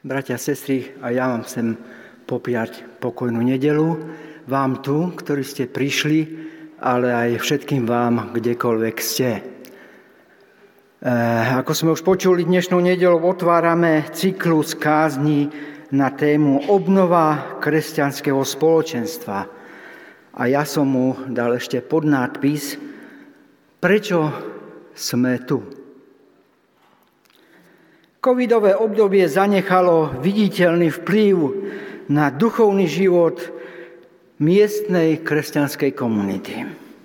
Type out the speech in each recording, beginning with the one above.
Bratia a sestry, a ja vám chcem popriať pokojnú nedeľu. Vám tu, ktorí ste prišli, ale aj všetkým vám, kdekoľvek ste. Ako sme už počuli, dnešnú nedeľu otvárame cyklus kázni na tému obnova kresťanského spoločenstva. A ja som mu dal ešte podnádpis Prečo sme tu? Covidové obdobie zanechalo viditeľný vplyv na duchovný život miestnej kresťanskej komunity.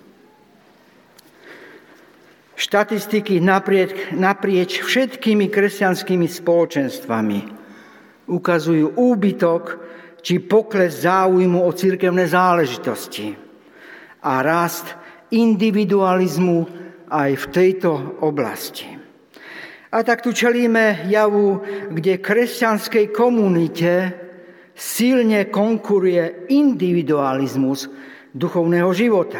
Štatistiky naprieč všetkými kresťanskými spoločenstvami ukazujú úbytok či pokles záujmu o cirkevné záležitosti a rast individualizmu aj v tejto oblasti. A tak tu čelíme javu, kde kresťanskej komunite silne konkuruje individualizmus duchovného života.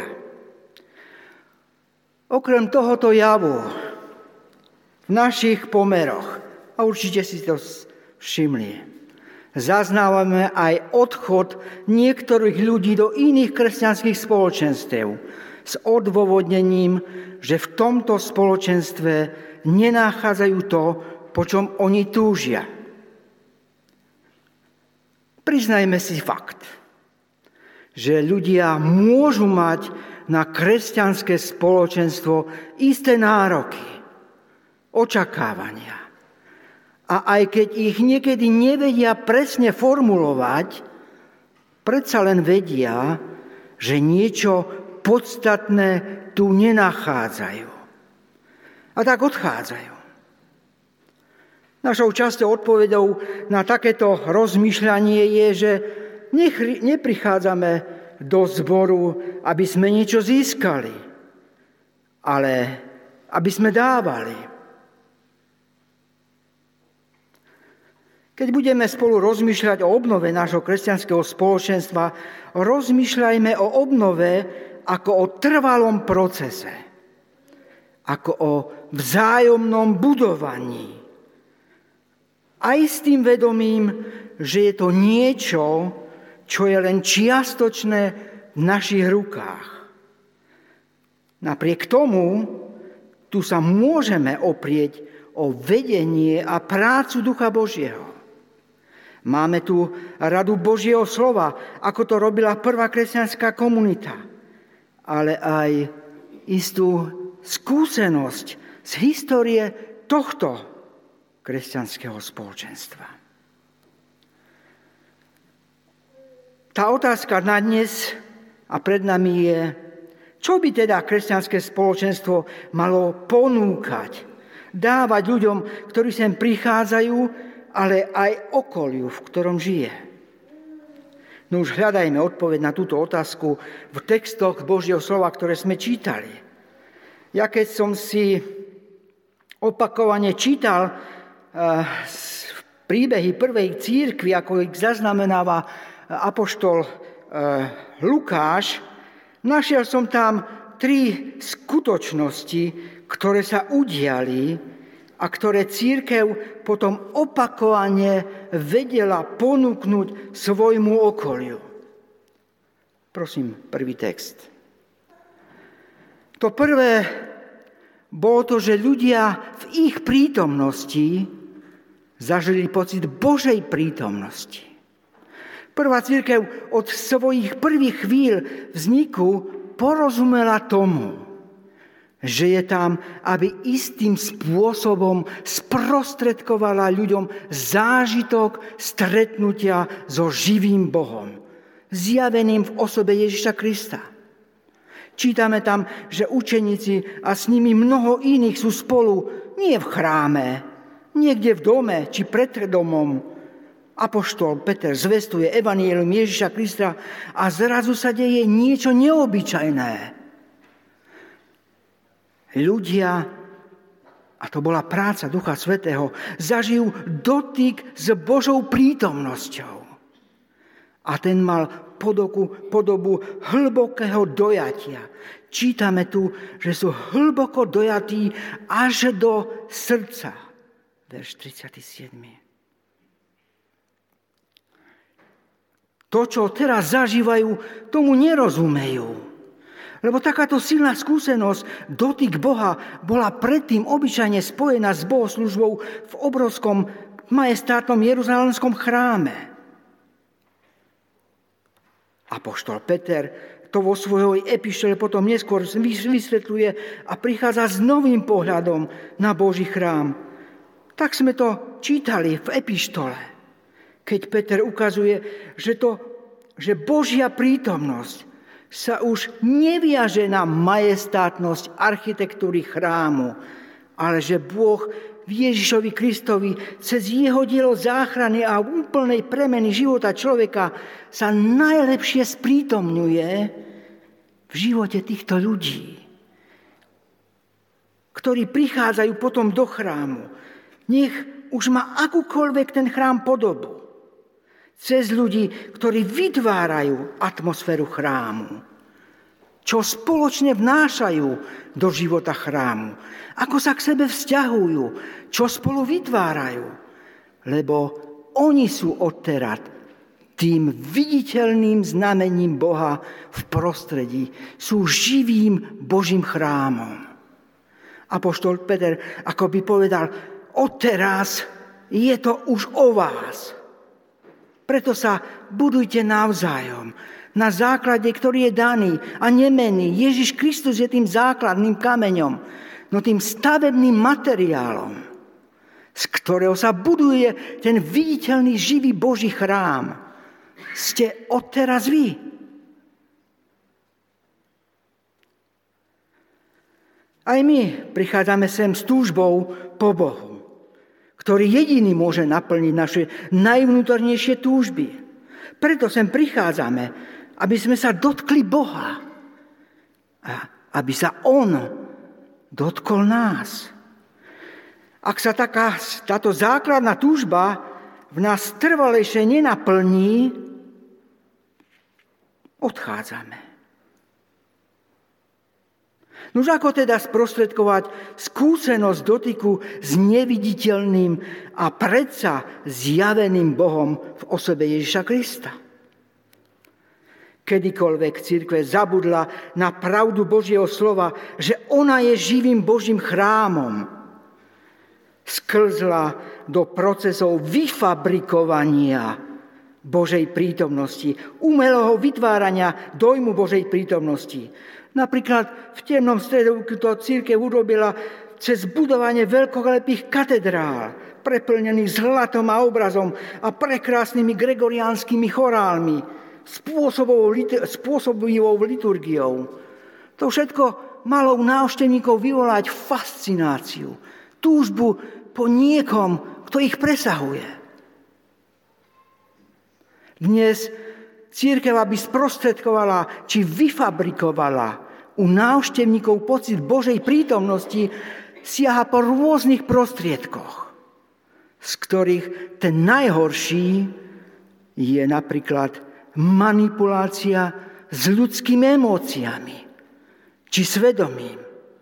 Okrem tohoto javu v našich pomeroch, a určite si to všimli, zaznávame aj odchod niektorých ľudí do iných kresťanských spoločenstiev s odôvodnením, že v tomto spoločenstve nenachádzajú to, po čom oni túžia. Priznajme si fakt, že ľudia môžu mať na kresťanské spoločenstvo isté nároky, očakávania. A aj keď ich niekedy nevedia presne formulovať, predsa len vedia, že niečo podstatné tu nenachádzajú. A tak odchádzajú. Našou častou odpoveďou na takéto rozmýšľanie je, že neprichádzame do zboru, aby sme niečo získali, ale aby sme dávali. Keď budeme spolu rozmýšľať o obnove nášho kresťanského spoločenstva, rozmýšľajme o obnove ako o trvalom procese, ako o vzájomnom budovaní. Aj s tým vedomím, že je to niečo, čo je len čiastočné v našich rukách. Napriek tomu, tu sa môžeme oprieť o vedenie a prácu Ducha Božieho. Máme tu radu Božieho slova, ako to robila prvá kresťanská komunita, ale aj istú skúsenosť z histórie tohto kresťanského spoločenstva. Tá otázka na dnes a pred nami je, čo by teda kresťanské spoločenstvo malo ponúkať, dávať ľuďom, ktorí sem prichádzajú, ale aj okoliu, v ktorom žije. No už hľadajme odpoveď na túto otázku v textoch Božieho slova, ktoré sme čítali. Ja keď som si opakovane čítal príbehy prvej cirkvi, ako ich zaznamenáva apoštol Lukáš, našiel som tam 3 skutočnosti, ktoré sa udiali a ktoré cirkev potom opakovane vedela ponúknuť svojmu okoliu. Prosím, prvý text. To prvé bolo to, že ľudia v ich prítomnosti zažili pocit Božej prítomnosti. Prvá cirkev od svojich prvých chvíľ vzniku porozumela tomu, že je tam, aby istým spôsobom sprostredkovala ľuďom zážitok stretnutia so živým Bohom, zjaveným v osobe Ježiša Krista. Čítame tam, že učeníci a s nimi mnoho iných sú spolu nie v chráme, niekde v dome či pred domom. Apoštol Peter zvestuje evanjelium Ježiša Krista a zrazu sa deje niečo neobyčajné. Ľudia, a to bola práca Ducha Svätého, zažijú dotyk s Božou prítomnosťou. A ten mal podobu hlbokého dojatia. Čítame tu, že sú hlboko dojatí až do srdca. Verš 37. To, čo teraz zažívajú, tomu nerozumejú. Lebo takáto silná skúsenosť, dotyk Boha, bola predtým obyčajne spojená s bohoslúžbou v obrovskom majestátnom jeruzalemskom chráme. Apoštol Peter to vo svojej epištole potom neskôr vysvetľuje a prichádza s novým pohľadom na Boží chrám. Tak sme to čítali v epištole, keď Peter ukazuje, že Božia prítomnosť sa už neviaže na majestátnosť architektúry chrámu, ale že Boh v Ježišovi Kristovi cez jeho dielo záchrany a úplnej premeny života človeka sa najlepšie sprítomňuje v živote týchto ľudí, ktorí prichádzajú potom do chrámu. Nech už má akúkoľvek ten chrám podobu. Cez ľudí, ktorí vytvárajú atmosféru chrámu. Čo spoločne vnášajú do života chrámu. Ako sa k sebe vzťahujú. Čo spolu vytvárajú. Lebo oni sú odteraz tým viditeľným znamením Boha v prostredí. Sú živým Božím chrámom. Apoštol Peter ako by povedal, odteraz je to už o vás. Preto sa budujte navzájom na základe, ktorý je daný a nemenný. Ježiš Kristus je tým základným kameňom, no tým stavebným materiálom, z ktorého sa buduje ten viditeľný živý Boží chrám. Ste odteraz vy. Aj my prichádzame sem s túžbou po Bohu, ktorý jediný môže naplniť naše najvnútornejšie túžby. Preto sem prichádzame, aby sme sa dotkli Boha a aby sa On dotkol nás. Ak sa táto základná túžba v nás trvalejšie nenaplní, odchádzame. Nož ako teda sprostredkovať skúsenosť dotyku s neviditeľným a predsa zjaveným Bohom v osobe Ježiša Krista? Kedykoľvek cirkev zabudla na pravdu Božieho slova, že ona je živým Božím chrámom, sklzla do procesov vyfabrikovania Božej prítomnosti, umelého vytvárania dojmu Božej prítomnosti. Napríklad v temnom stredoveku to cirkev urobila cez budovanie veľkolepých katedrál, preplnených zlatom a obrazom a prekrásnymi gregoriánskymi chorálmi, spôsobivou liturgiou. To všetko malo u návštevníkov vyvolať fascináciu, túžbu po niekom, kto ich presahuje. Dnes cirkev, aby sprostredkovala či vyfabrikovala u návštevníkov pocit Božej prítomnosti, siaha po rôznych prostriedkoch, z ktorých ten najhorší je napríklad manipulácia s ľudskými emóciami či svedomím.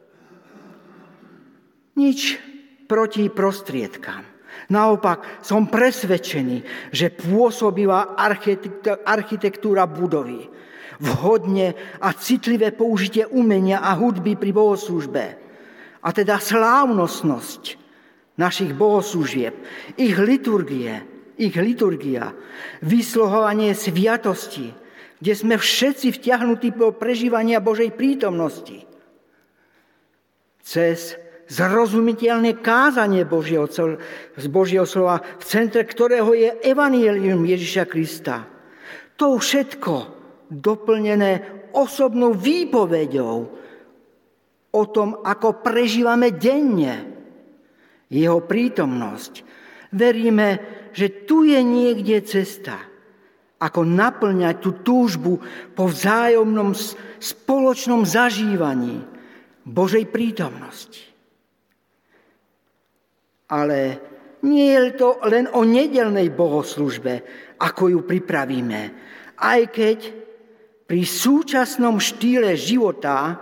Nič proti prostriedkám. Naopak som presvedčený, že pôsobivá architektúra budovy, vhodne a citlivé použitie umenia a hudby pri bohoslúžbe, a teda slávnostnosť našich bohoslúžieb, ich liturgia, vysluhovanie sviatosti, kde sme všetci vtiahnutí do prežívania Božej prítomnosti, cez zrozumiteľné kázanie z Božieho slova, v centre ktorého je evanjelium Ježiša Krista. To všetko doplnené osobnou výpoveďou o tom, ako prežívame denne jeho prítomnosť. Veríme, že tu je niekde cesta, ako naplňať tú túžbu po vzájomnom spoločnom zažívaní Božej prítomnosti. Ale nie je to len o nedeľnej bohoslužbe, ako ju pripravíme, aj keď pri súčasnom štýle života,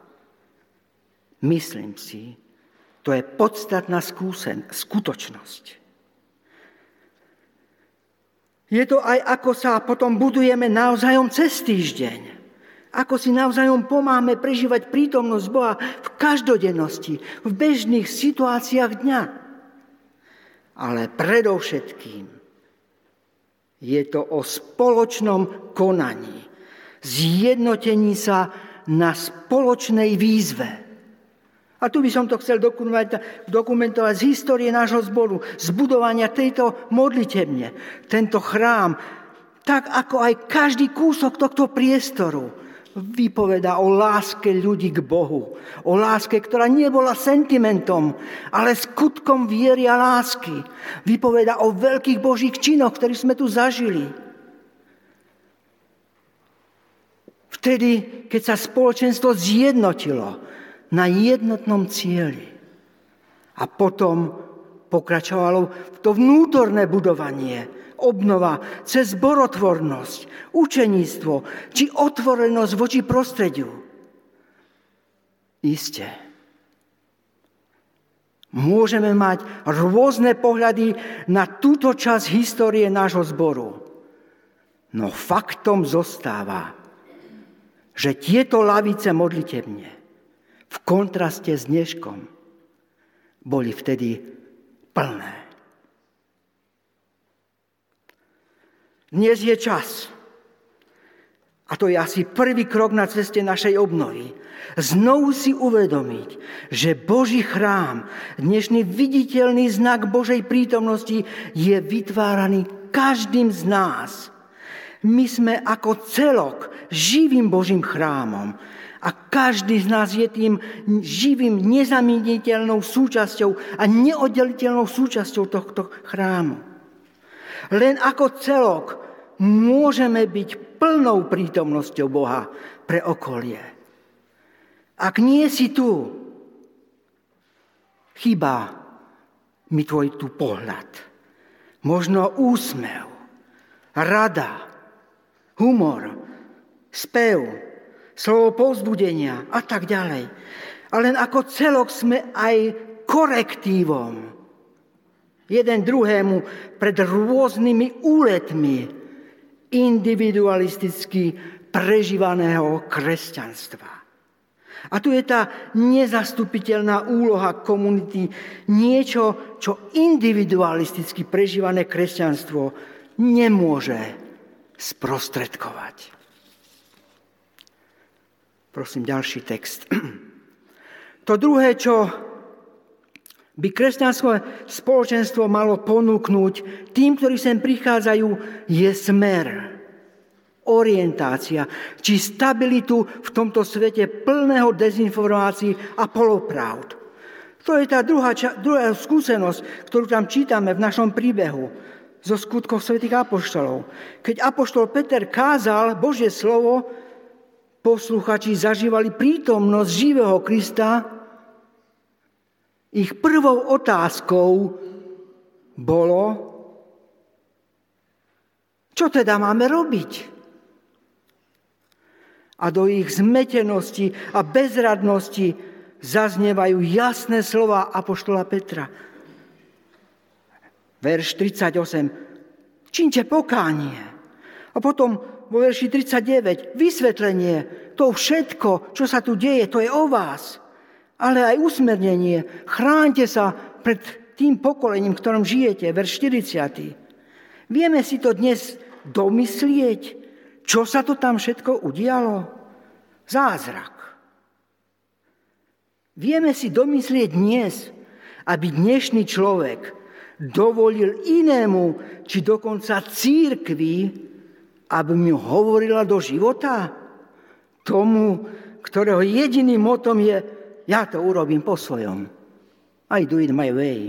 myslím si, to je podstatná skutočnosť. Je to aj ako sa potom budujeme navzájom cez týždeň. Ako si navzájom pomáhame prežívať prítomnosť Boha v každodennosti, v bežných situáciách dňa. Ale predovšetkým je to o spoločnom konaní, zjednotení sa na spoločnej výzve. A tu by som to chcel dokumentovať z histórie nášho zboru, z budovania tejto modlitebne, tento chrám, tak ako aj každý kúsok tohto priestoru vypovedá o láske ľudí k Bohu. O láske, ktorá nebola sentimentom, ale skutkom viery a lásky. Vypovedá o veľkých Božích činoch, ktorých sme tu zažili. Vtedy, keď sa spoločenstvo zjednotilo na jednotnom cieli. A potom pokračovalo to vnútorné budovanie, obnova cez zborotvornosť, učeníctvo či otvorenosť voči prostrediu. Isté. Môžeme mať rôzne pohľady na túto časť histórie nášho zboru. No faktom zostáva, že tieto lavice modlitebne v kontraste s dneškom boli vtedy plné. Dnes je čas, a to je asi prvý krok na ceste našej obnovy, znovu si uvedomiť, že Boží chrám, dnešný viditeľný znak Božej prítomnosti, je vytváraný každým z nás. My sme ako celok živým Božím chrámom a každý z nás je tým živým, nezamieniteľnou súčasťou a neoddeliteľnou súčasťou tohto chrámu. Len ako celok môžeme byť plnou prítomnosťou Boha pre okolie. Ak nie si tu, chýba mi tvoj tu pohľad. Možno úsmev, rada, humor, spev, slovo povzbudenia a tak ďalej. A len ako celok sme aj korektívom jeden druhému pred rôznymi úletmi individualisticky prežívaného kresťanstva. A tu je tá nezastupiteľná úloha komunity, niečo, čo individualisticky prežívané kresťanstvo nemôže sprostredkovať. Prosím, ďalší text. To druhé, čo by kresťanské spoločenstvo malo ponúknuť tým, ktorí sem prichádzajú, je smer, orientácia, či stabilitu v tomto svete plného dezinformácií a polopravd. To je tá druhá skúsenosť, ktorú tam čítame v našom príbehu zo skutkov svätých apoštolov. Keď apoštol Peter kázal Božie slovo, posluchači zažívali prítomnosť živého Krista. Ich prvou otázkou bolo, čo teda máme robiť? A do ich zmetenosti a bezradnosti zaznievajú jasné slova apoštola Petra. Verš 38. Čínte pokánie. A potom vo verši 39. Vysvetlenie. To všetko, čo sa tu deje, to je o vás. Ale aj usmernenie. Chráňte sa pred tým pokolením, v ktorom žijete. Verš 40. Vieme si to dnes domyslieť, čo sa to tam všetko udialo? Zázrak. Vieme si domyslieť dnes, aby dnešný človek dovolil inému, či dokonca cirkvi, aby mu hovorila do života? Tomu, ktorého jediným motom je, ja to urobím po svojom. I do it my way.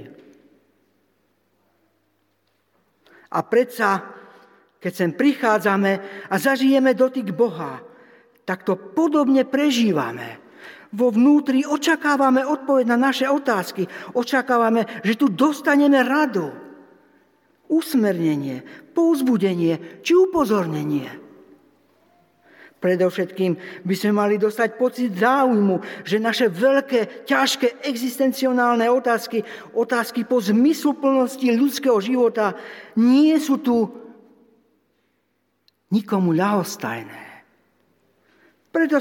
A predsa, keď sem prichádzame a zažijeme dotyk Boha, tak to podobne prežívame. Vo vnútri očakávame odpoveď na naše otázky. Očakávame, že tu dostaneme radu, usmernenie, povzbudenie či upozornenie. Predovšetkým by sme mali dostať pocit záujmu, že naše veľké, ťažké existencionálne otázky po zmysluplnosti ľudského života nie sú tu nikomu ľahostajné. Preto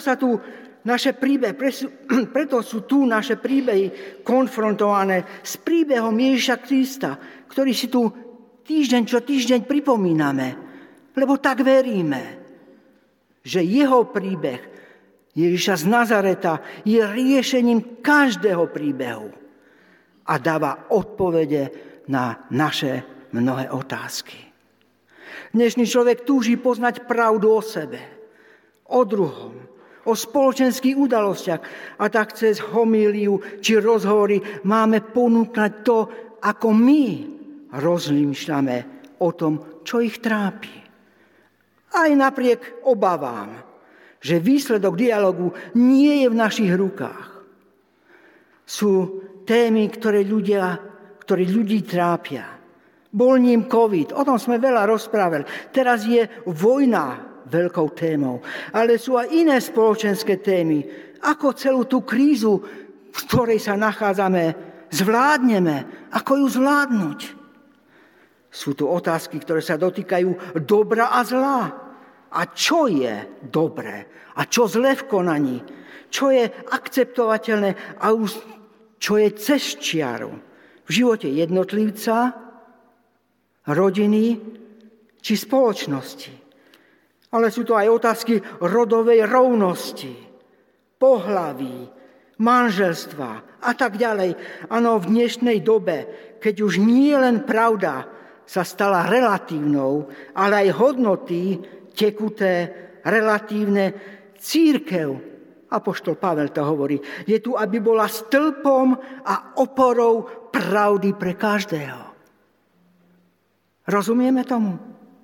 sú tu naše príbehy konfrontované s príbehom Ježiša Krista, ktorý si tu týždeň čo týždeň pripomíname, lebo tak veríme, že jeho príbeh Ježiša z Nazareta je riešením každého príbehu a dáva odpovede na naše mnohé otázky. Dnešný človek túži poznať pravdu o sebe, o druhom, o spoločenských udalostiach a tak cez homíliu či rozhovory máme ponúknuť to, ako my rozmýšľame o tom, čo ich trápi. Aj napriek obavám, že výsledok dialogu nie je v našich rukách. Sú témy, ktoré ľudí trápia. Bol ním COVID, o tom sme veľa rozprávali. Teraz je vojna veľkou témou. Ale sú aj iné spoločenské témy. Ako celú tú krízu, v ktorej sa nachádzame, zvládneme. Ako ju zvládnuť? Sú tu otázky, ktoré sa dotýkajú dobra a zla. A čo je dobré? A čo zlé v konaní? Čo je akceptovateľné a čo je cez čiaru? V živote jednotlivca, rodiny či spoločnosti. Ale sú to aj otázky rodovej rovnosti, pohlaví, manželstva a tak ďalej. Áno, v dnešnej dobe, keď už nie len pravda sa stala relatívnou, ale aj hodnoty tekuté, relatívne, cirkev, apoštol Pavel to hovorí, je tu, aby bola stĺpom a oporou pravdy pre každého. Rozumieme tomu?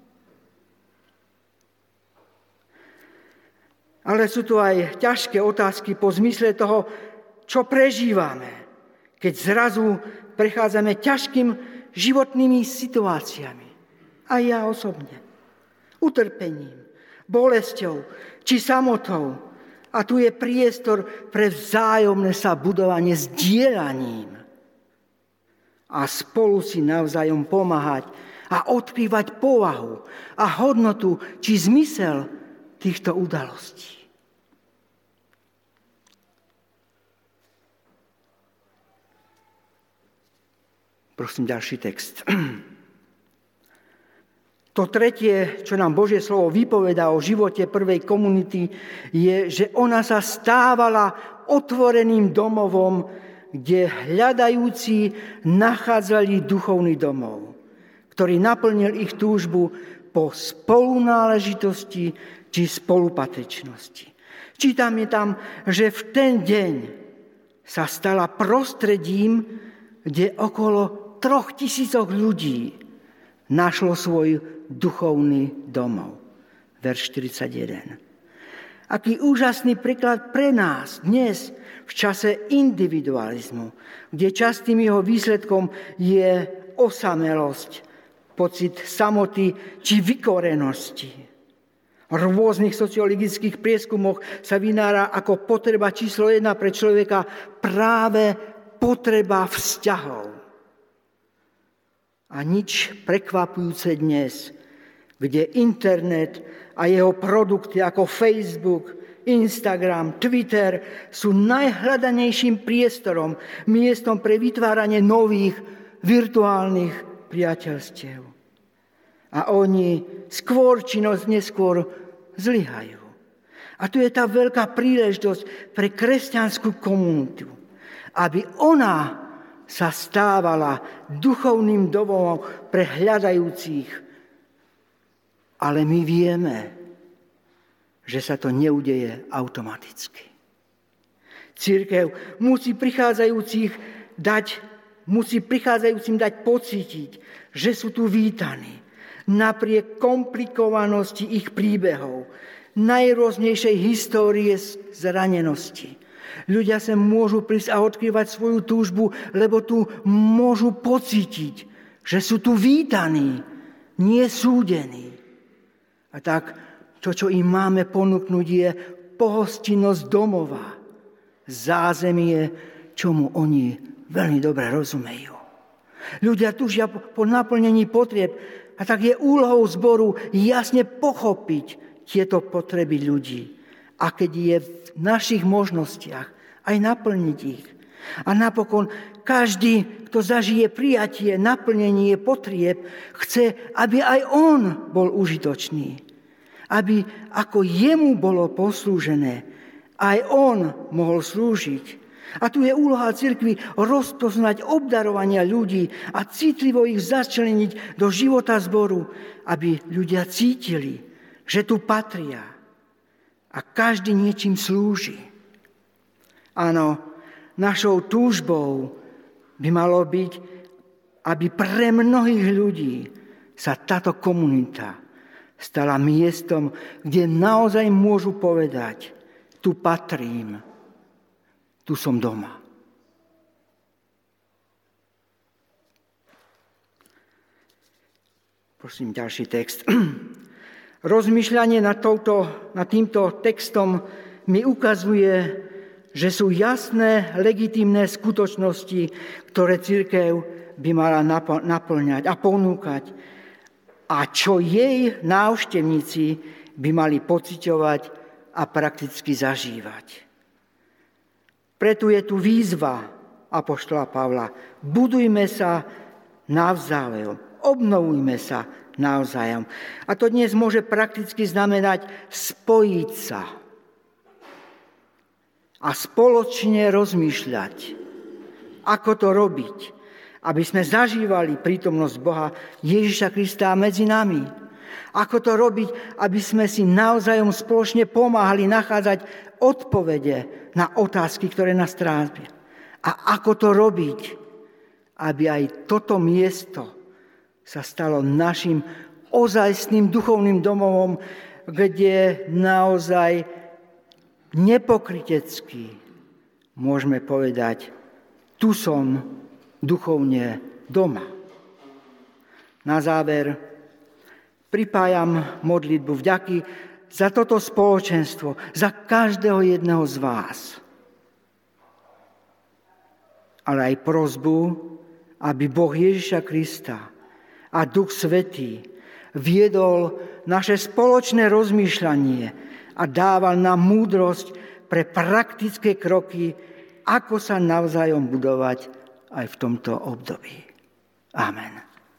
Ale sú tu aj ťažké otázky po zmysle toho, čo prežívame, keď zrazu prechádzame ťažkým životnými situáciami. A ja osobne. Utrpením, bolesťou či samotou. A tu je priestor pre vzájomné sa budovanie sdielaním. A spolu si navzájom pomáhať a odkrývať povahu a hodnotu či zmysel týchto udalostí. Prosím, ďalší text. To tretie, čo nám Božie slovo vypovedá o živote prvej komunity, je, že ona sa stávala otvoreným domovom, kde hľadajúci nachádzali duchovný domov, ktorý naplnil ich túžbu po spolunáležitosti či spolupatričnosti. Čítame tam, že v ten deň sa stala prostredím, kde okolo 3000 ľudí našlo svoj duchovný domov. Verš 41. Aký úžasný príklad pre nás dnes v čase individualizmu, kde častým jeho výsledkom je osamelosť, pocit samoty či vykorenosti. V rôznych sociologických prieskumoch sa vynára ako potreba číslo 1 pre človeka práve potreba vzťahov. A nič prekvapujúce dnes, kde internet a jeho produkty ako Facebook, Instagram, Twitter sú najhľadanejším priestorom, miestom pre vytváranie nových virtuálnych priateľstiev. A oni skôr či neskôr zlyhajú. A tu je tá veľká príležitosť pre kresťanskú komunitu, aby ona sa stávala duchovným domovom pre hľadajúcich. Ale my vieme, že sa to neudeje automaticky. Cirkev musí prichádzajúcim dať pocítiť, že sú tu vítaní, napriek komplikovanosti ich príbehov, najrôznejšej histórie zranenosti. Ľudia sa môžu prísť a odkrývať svoju túžbu, lebo tu môžu pocítiť, že sú tu vítaní, nie súdení. A tak to, čo im máme ponúknuť, je pohostinnosť domova, zázemie, čomu oni veľmi dobre rozumejú. Ľudia túžia po naplnení potrieb, a tak je úlohou zboru jasne pochopiť tieto potreby ľudí. A keď je v našich možnostiach aj naplniť ich. A napokon každý, kto zažije prijatie, naplnenie potrieb, chce, aby aj on bol užitočný. Aby ako jemu bolo poslúžené, aj on mohol slúžiť. A tu je úloha cirkvi rozpoznať obdarovania ľudí a citlivo ich začleniť do života zboru, aby ľudia cítili, že tu patria a každý niečím slúži. Áno, našou túžbou by malo byť, aby pre mnohých ľudí sa táto komunita stala miestom, kde naozaj môžu povedať, tu patrím, tu som doma. Prosím, ďalší text. Rozmýšľanie nad týmto textom mi ukazuje, že sú jasné, legitímne skutočnosti, ktoré cirkev by mala naplňať a ponúkať a čo jej návštevníci by mali pociťovať a prakticky zažívať. Preto je tu výzva apoštola Pavla. Budujme sa navzájom, obnovujme sa navzájom. A to dnes môže prakticky znamenať spojiť sa a spoločne rozmýšľať, ako to robiť, aby sme zažívali prítomnosť Boha Ježiša Krista medzi nami. Ako to robiť, aby sme si navzájom spoločne pomáhali nachádzať odpovede na otázky, ktoré nás trápia. A ako to robiť, aby aj toto miesto sa stalo našim ozajstným duchovným domovom, kde naozaj nepokrytecky môžeme povedať, tu som duchovne doma. Na záver pripájam modlitbu vďaky za toto spoločenstvo, za každého jedného z vás. Ale aj prosbu, aby Boh Ježiša Krista a Duch Svätý viedol naše spoločné rozmýšľanie a dával nám múdrosť pre praktické kroky, ako sa navzájom budovať aj v tomto období. Amen.